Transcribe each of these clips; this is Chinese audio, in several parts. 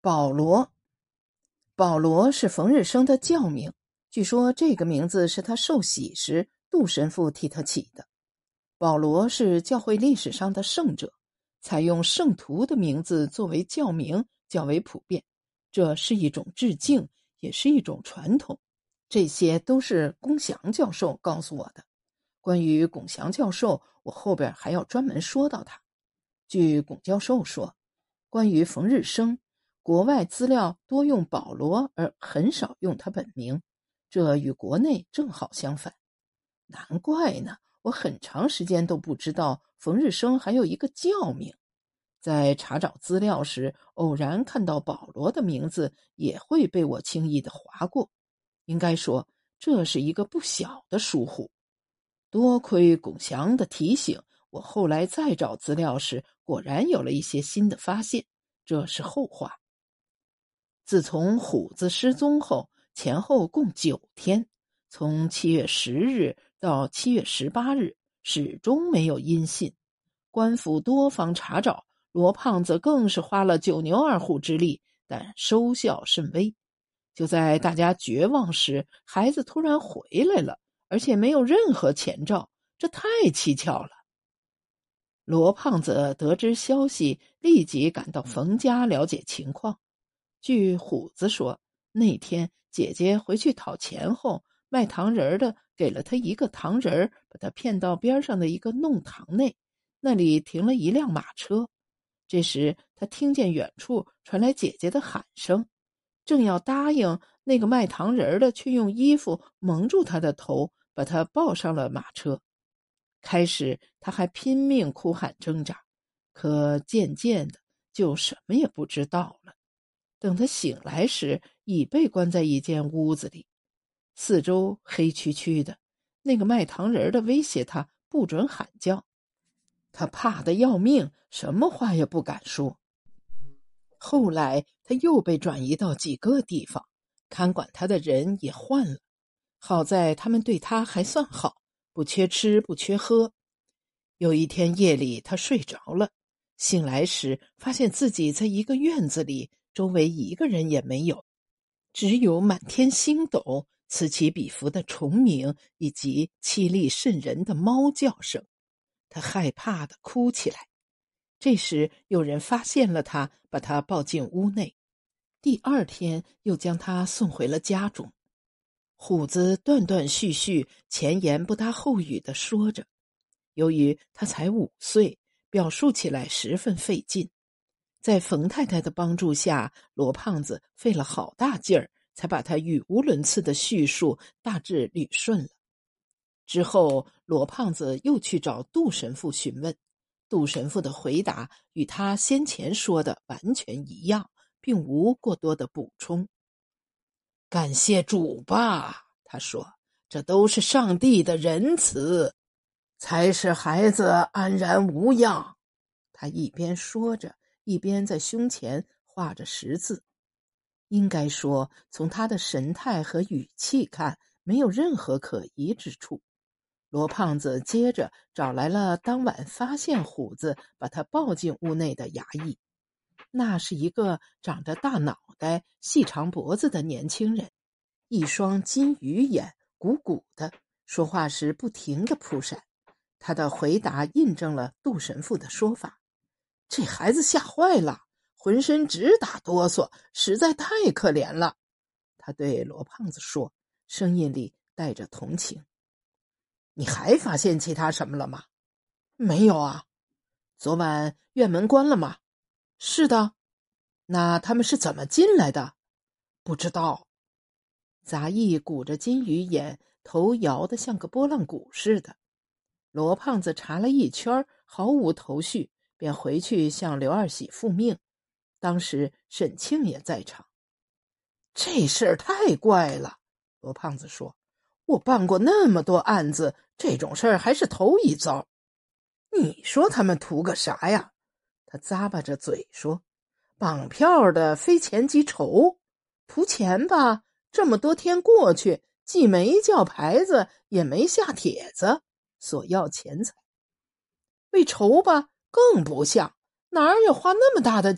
保罗，保罗是冯日升的教名，据说这个名字是他受洗时杜神父替他起的。保罗是教会历史上的圣者，采用圣徒的名字作为教名较为普遍，这是一种致敬，也是一种传统。这些都是龚祥教授告诉我的。关于龚祥教授，我后边还要专门说到他。据龚教授说，关于冯日升，国外资料多用保罗而很少用他本名，这与国内正好相反。难怪呢，我很长时间都不知道冯日升还有一个教名。在查找资料时，偶然看到保罗的名字，也会被我轻易地划过。应该说，这是一个不小的疏忽。多亏龚祥的提醒，我后来再找资料时，果然有了一些新的发现，这是后话。自从虎子失踪后，前后共9天，从7月10日到7月18日，始终没有音信。官府多方查找，罗胖子更是花了9牛2虎之力，但收效甚微。就在大家绝望时，孩子突然回来了，而且没有任何前兆，这太蹊跷了。罗胖子得知消息，立即赶到冯家了解情况。据虎子说，那天姐姐回去讨钱后，卖糖人的给了他一个糖人，把他骗到边上的一个弄堂内，那里停了一辆马车。这时他听见远处传来姐姐的喊声，正要答应，那个卖糖人的却用衣服蒙住他的头，把他抱上了马车。开始他还拼命哭喊挣扎，可渐渐的就什么也不知道了。等他醒来时，已被关在一间屋子里，四周黑黢黢的。那个卖糖人的威胁他不准喊叫，他怕得要命，什么话也不敢说。后来他又被转移到几个地方，看管他的人也换了。好在他们对他还算好，不缺吃不缺喝。有一天夜里他睡着了，醒来时发现自己在一个院子里，周围一个人也没有，只有满天星斗，此起彼伏的虫鸣以及凄厉瘆人的猫叫声。他害怕地哭起来。这时有人发现了他，把他抱进屋内。第2天又将他送回了家中。虎子断断续续，前言不搭后语地说着。由于他才5岁，表述起来十分费劲。在冯太太的帮助下，罗胖子费了好大劲儿，才把他语无伦次的叙述大致捋顺了。之后罗胖子又去找杜神父询问，杜神父的回答与他先前说的完全一样，并无过多的补充。感谢主吧，他说，这都是上帝的仁慈，才使孩子安然无恙。他一边说着，一边在胸前画着十字。应该说，从他的神态和语气看，没有任何可疑之处。罗胖子接着找来了当晚发现虎子把他抱进屋内的衙役。那是一个长着大脑袋、细长脖子的年轻人，一双金鱼眼，鼓鼓的，说话时不停地扑闪。他的回答印证了杜神父的说法。这孩子吓坏了，浑身直打哆嗦，实在太可怜了。他对罗胖子说，声音里带着同情。你还发现其他什么了吗？没有啊。昨晚院门关了吗？是的。那他们是怎么进来的？不知道。杂役鼓着金鱼眼，头摇得像个拨浪鼓似的。罗胖子查了一圈，毫无头绪，便回去向刘二喜复命。当时沈庆也在场。这事儿太怪了，罗胖子说，我办过那么多案子，这种事儿还是头一遭。你说他们图个啥呀？他咂巴着嘴说，绑票的非钱即仇，图钱吧，这么多天过去，既没叫牌子，也没下帖子，索要钱财。为仇吧，更不像，哪有花那么大的劲，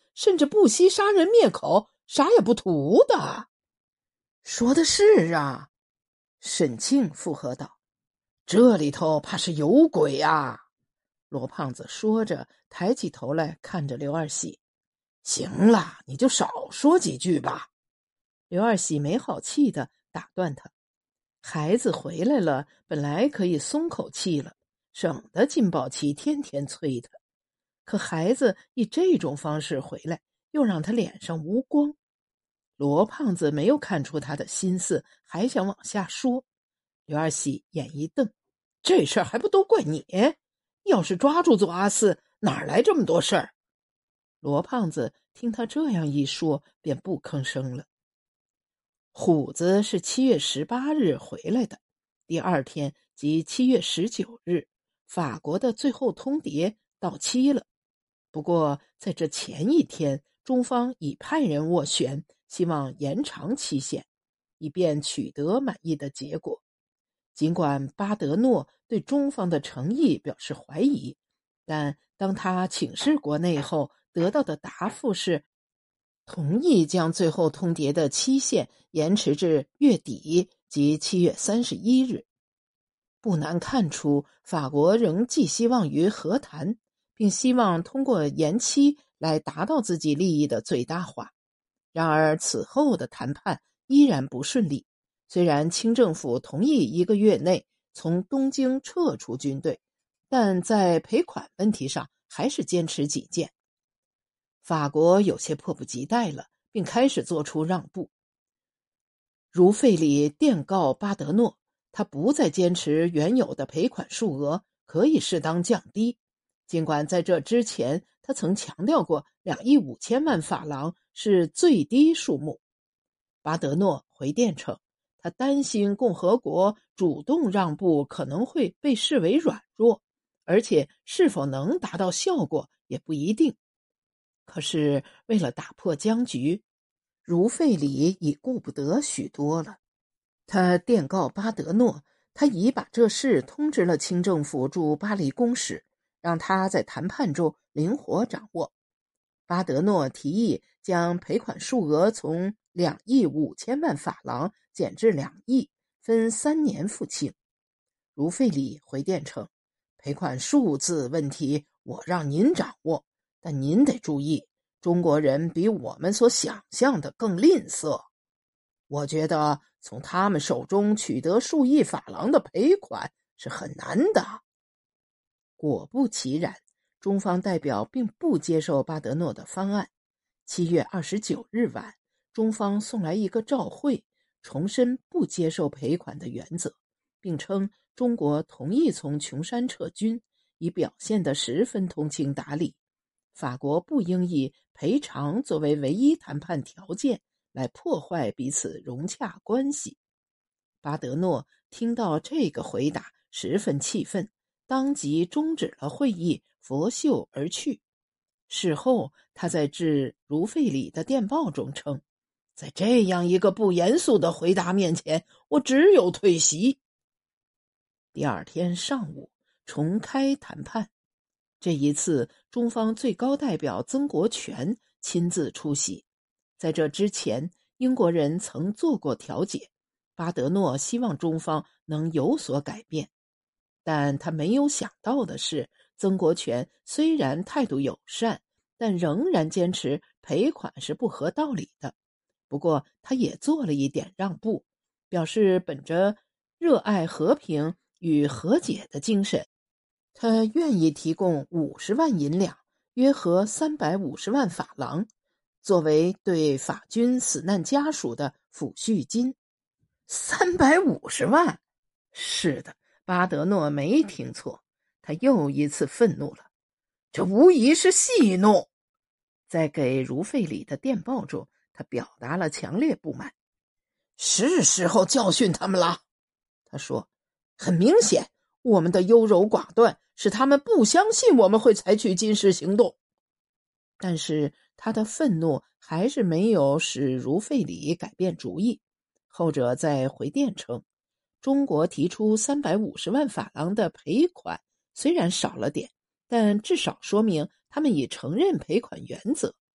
甚至不惜杀人灭口，啥也不图的。说的是啊，沈庆附和道，这里头怕是有鬼啊。罗胖子说着，抬起头来看着刘二喜，行了，你就少说几句吧。刘二喜没好气地打断他，孩子回来了，本来可以松口气了，省得金宝琪天天催他。可孩子以这种方式回来，又让他脸上无光。罗胖子没有看出他的心思，还想往下说。刘二喜眼一瞪，这事儿还不都怪你？要是抓住做阿四，哪来这么多事儿？罗胖子听他这样一说，便不吭声了。虎子是7月18日回来的，第二天即7月19日，法国的最后通牒到期了。不过在这前一天，中方已派人斡旋，希望延长期限，以便取得满意的结果。尽管巴德诺对中方的诚意表示怀疑，但当他请示国内后，得到的答复是同意将最后通牒的期限延迟至月底即7月31日。不难看出，法国仍寄希望于和谈，并希望通过延期来达到自己利益的最大化。然而此后的谈判依然不顺利，虽然清政府同意1个月内从东京撤出军队，但在赔款问题上还是坚持己见。法国有些迫不及待了，并开始做出让步。如费里电告巴德诺，他不再坚持原有的赔款数额，可以适当降低。尽管在这之前他曾强调过2亿5千万法郎是最低数目。巴德诺回电称，他担心共和国主动让步可能会被视为软弱，而且是否能达到效果也不一定。可是为了打破僵局，如费里已顾不得许多了。他电告巴德诺，他已把这事通知了清政府驻巴黎公使，让他在谈判中灵活掌握。巴德诺提议将赔款数额从2亿5千万法郎减至2亿，分3年付清。如费里回电称，赔款数字问题我让您掌握，但您得注意，中国人比我们所想象的更吝啬。我觉得从他们手中取得数亿法郎的赔款是很难的。果不其然，中方代表并不接受巴德诺的方案。7月29日晚，中方送来一个照会，重申不接受赔款的原则，并称中国同意从琼山撤军，已表现得十分通情达理。法国不应以赔偿作为唯一谈判条件来破坏彼此融洽关系。巴德诺听到这个回答，十分气愤，当即终止了会议，拂袖而去。事后，他在致如费里的电报中称，在这样一个不严肃的回答面前，我只有退席。第二天上午，重开谈判。这一次，中方最高代表曾国荃亲自出席。在这之前，英国人曾做过调解，巴德诺希望中方能有所改变。但他没有想到的是，曾国荃虽然态度友善，但仍然坚持赔款是不合道理的。不过他也做了一点让步，表示本着热爱和平与和解的精神，他愿意提供50万银两，约合350万法郎，作为对法军死难家属的抚恤金。350万？是的，巴德诺没听错，他又一次愤怒了，这无疑是戏弄。在给如费里的电报中，他表达了强烈不满。是时候教训他们了，他说，很明显，我们的优柔寡断使他们不相信我们会采取军事行动。但是他的愤怒还是没有使如费里改变主意。后者在回电称，中国提出350万法郎的赔款虽然少了点，但至少说明他们已承认赔款原则。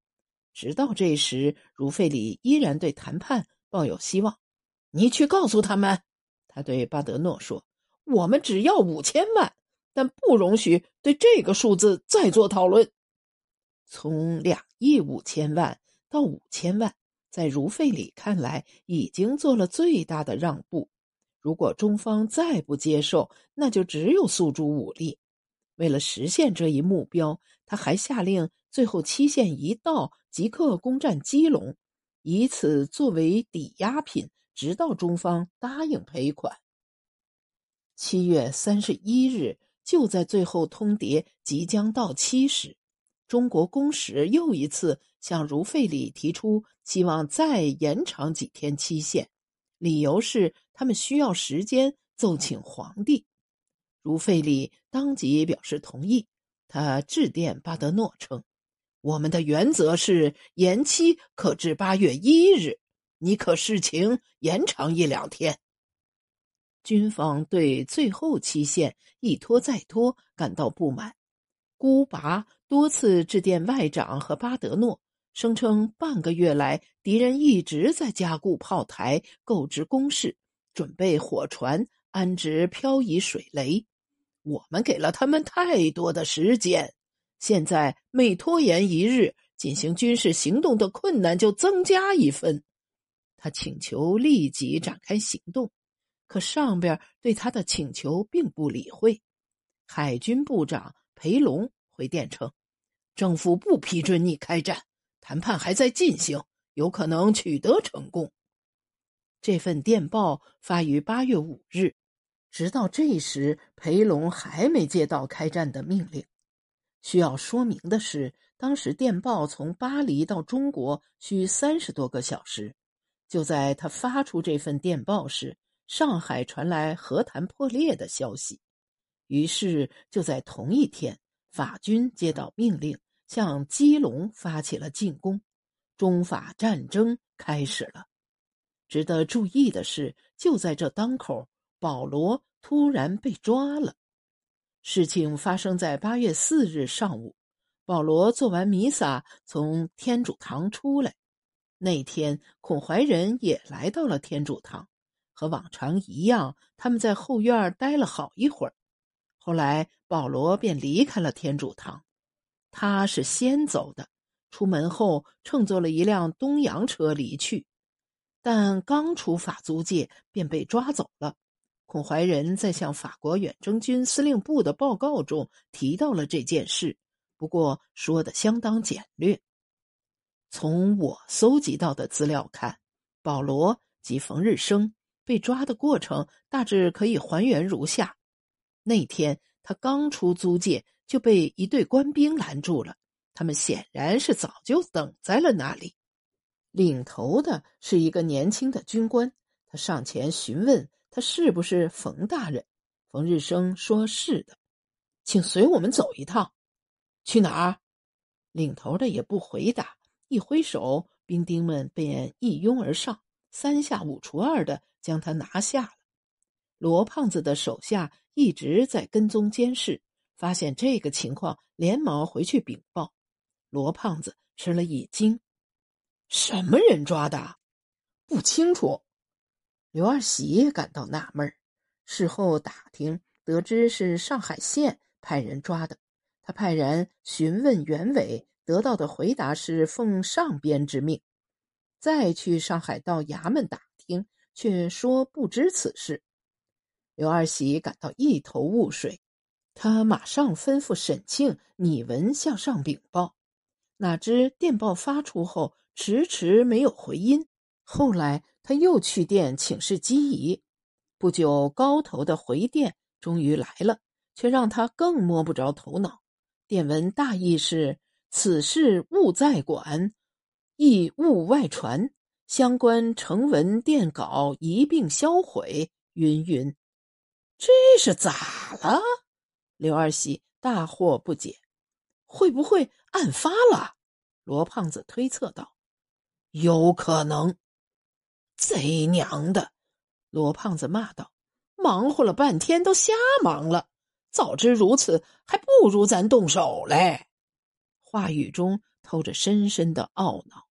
直到这时，如费里依然对谈判抱有希望。你去告诉他们，他对巴德诺说，我们只要5000万，但不容许对这个数字再做讨论。从2亿5千万到5000万，在如费里看来已经做了最大的让步。如果中方再不接受，那就只有诉诸武力。为了实现这一目标，他还下令最后期限一到即刻攻占基隆，以此作为抵押品，直到中方答应赔款。7月31日，就在最后通牒即将到期时，中国公使又一次向如费里提出希望再延长几天期限，理由是他们需要时间奏请皇帝。如费里当即表示同意，他致电巴德诺称，我们的原则是延期可至8月1日，你可视情延长1-2天。军方对最后期限一拖再拖感到不满，孤拔多次致电外长和巴德诺，声称半个月来敌人一直在加固炮台，购置工事，准备火船，安置漂移水雷。我们给了他们太多的时间，现在每拖延1日，进行军事行动的困难就增加1分。他请求立即展开行动，可上边对他的请求并不理会。海军部长裴龙回电称，政府不批准你开战，谈判还在进行，有可能取得成功。这份电报发于8月5日，直到这时，裴龙还没接到开战的命令。需要说明的是，当时电报从巴黎到中国需30多个小时。就在他发出这份电报时，上海传来和谈破裂的消息。于是就在同一天，法军接到命令，向基隆发起了进攻，中法战争开始了。值得注意的是，就在这当口，保罗突然被抓了。事情发生在8月4日上午，保罗做完弥撒从天主堂出来。那天孔怀仁也来到了天主堂，和往常一样，他们在后院待了好一会儿。后来保罗便离开了天主堂，他是先走的，出门后乘坐了一辆东洋车离去，但刚出法租界便被抓走了。孔怀仁在向法国远征军司令部的报告中提到了这件事，不过说得相当简略。从我搜集到的资料看，保罗及冯日升被抓的过程大致可以还原如下。那天他刚出租界就被一队官兵拦住了，他们显然是早就等在了那里。领头的是一个年轻的军官，他上前询问他是不是冯大人。冯日升说是的。请随我们走一趟。去哪儿？领头的也不回答，一挥手，兵丁们便一拥而上，3下5除2的将他拿下了。罗胖子的手下一直在跟踪监视，发现这个情况，连忙回去禀报。罗胖子吃了一惊，什么人抓的？不清楚。刘二喜也感到纳闷，事后打听得知是上海县派人抓的，他派人询问原委，得到的回答是奉上边之命。再去上海道衙门打听，却说不知此事。刘二喜感到一头雾水，他马上吩咐沈庆拟文向上禀报。哪知电报发出后迟迟没有回音，后来他又去电请示机宜，不久高头的回电终于来了，却让他更摸不着头脑。电文大意是：此事勿再管，亦勿外传，相关成文电稿一并销毁，云云。这是咋了？刘二喜大惑不解。会不会案发了？罗胖子推测道。有可能。贼娘的！罗胖子骂道，忙活了半天都瞎忙了，早知如此，还不如咱动手嘞。话语中透着深深的懊恼。